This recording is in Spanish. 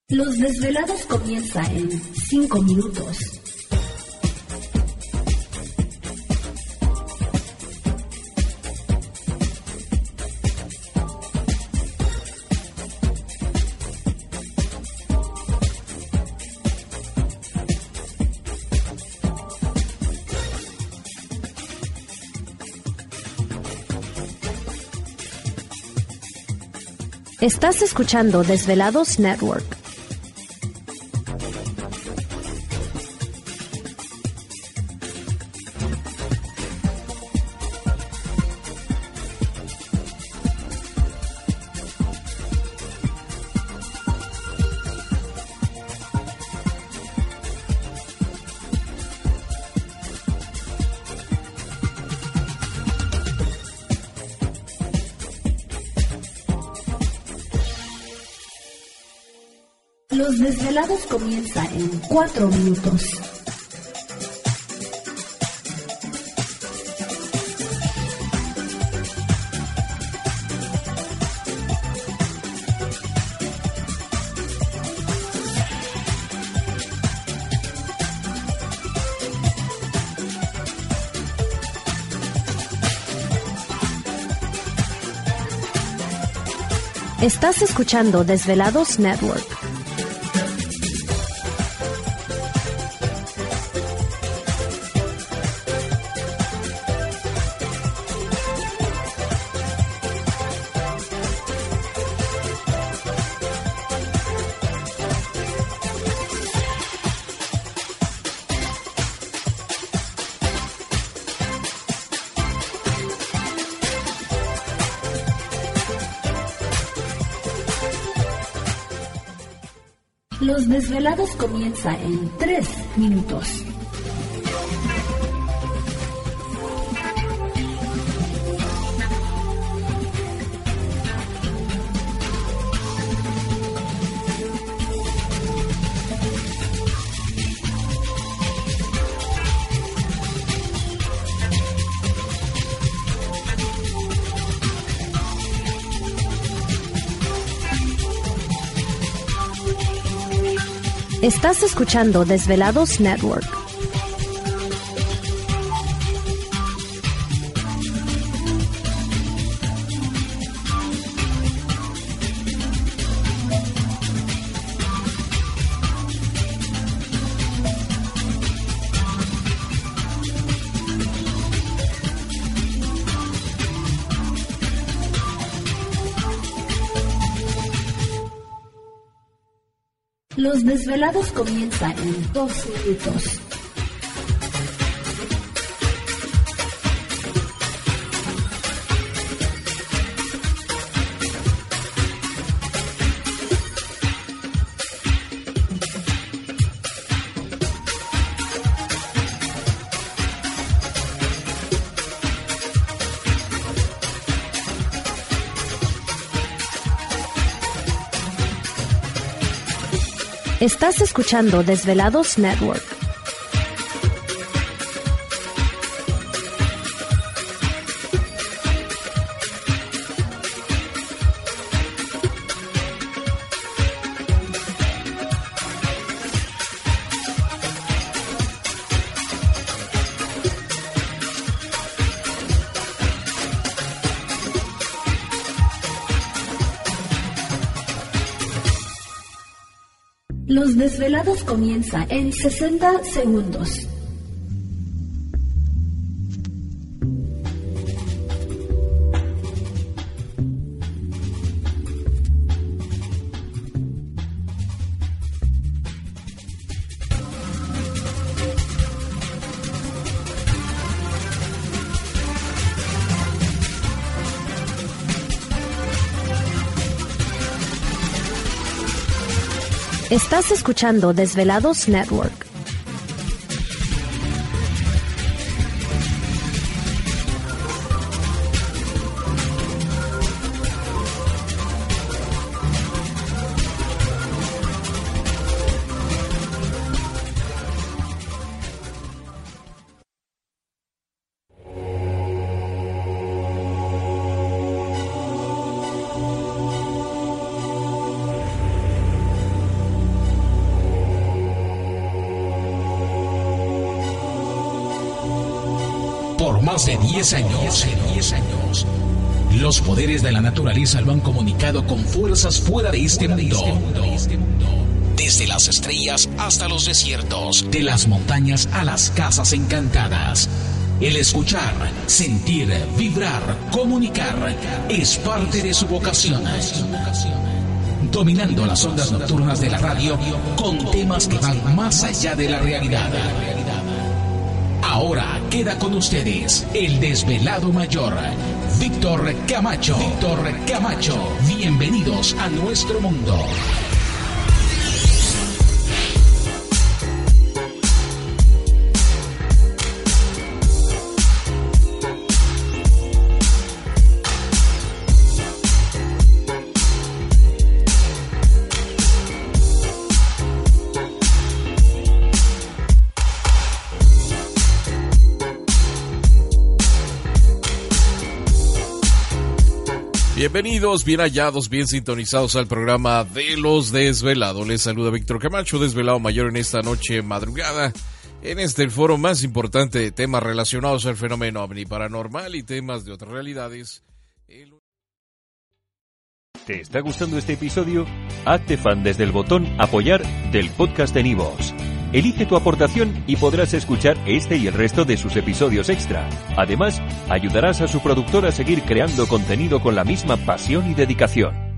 Los Desvelados comienza en 5 minutos. Estás escuchando Desvelados Network. Los Desvelados comienza en 4 minutos. Estás escuchando Desvelados Network. Los Desvelados comienza en 3 minutos. Estás escuchando Desvelados Network. Los Desvelados comienza en 2 minutos. Estás escuchando Desvelados Network. Los Desvelados comienza en 60 segundos. Estás escuchando Desvelados Network. por más de 10 años. Los poderes de la naturaleza lo han comunicado con fuerzas fuera de este mundo. Desde las estrellas hasta los desiertos, de las montañas a las casas encantadas. El escuchar, sentir, vibrar, comunicar es parte de su vocación. Dominando las ondas nocturnas de la radio con temas que van más allá de la realidad. Ahora queda con ustedes el desvelado mayor, Víctor Camacho. Bienvenidos a nuestro mundo. Bienvenidos, bien hallados, bien sintonizados al programa de Los Desvelados. Les saluda Víctor Camacho, desvelado mayor en esta noche madrugada, en el foro más importante de temas relacionados al fenómeno ovni paranormal y temas de otras realidades. ¿Te está gustando este episodio? Hazte fan desde el botón Apoyar del podcast de Nivos. Elige tu aportación y podrás escuchar este y el resto de sus episodios extra. Además, ayudarás a su productor a seguir creando contenido con la misma pasión y dedicación.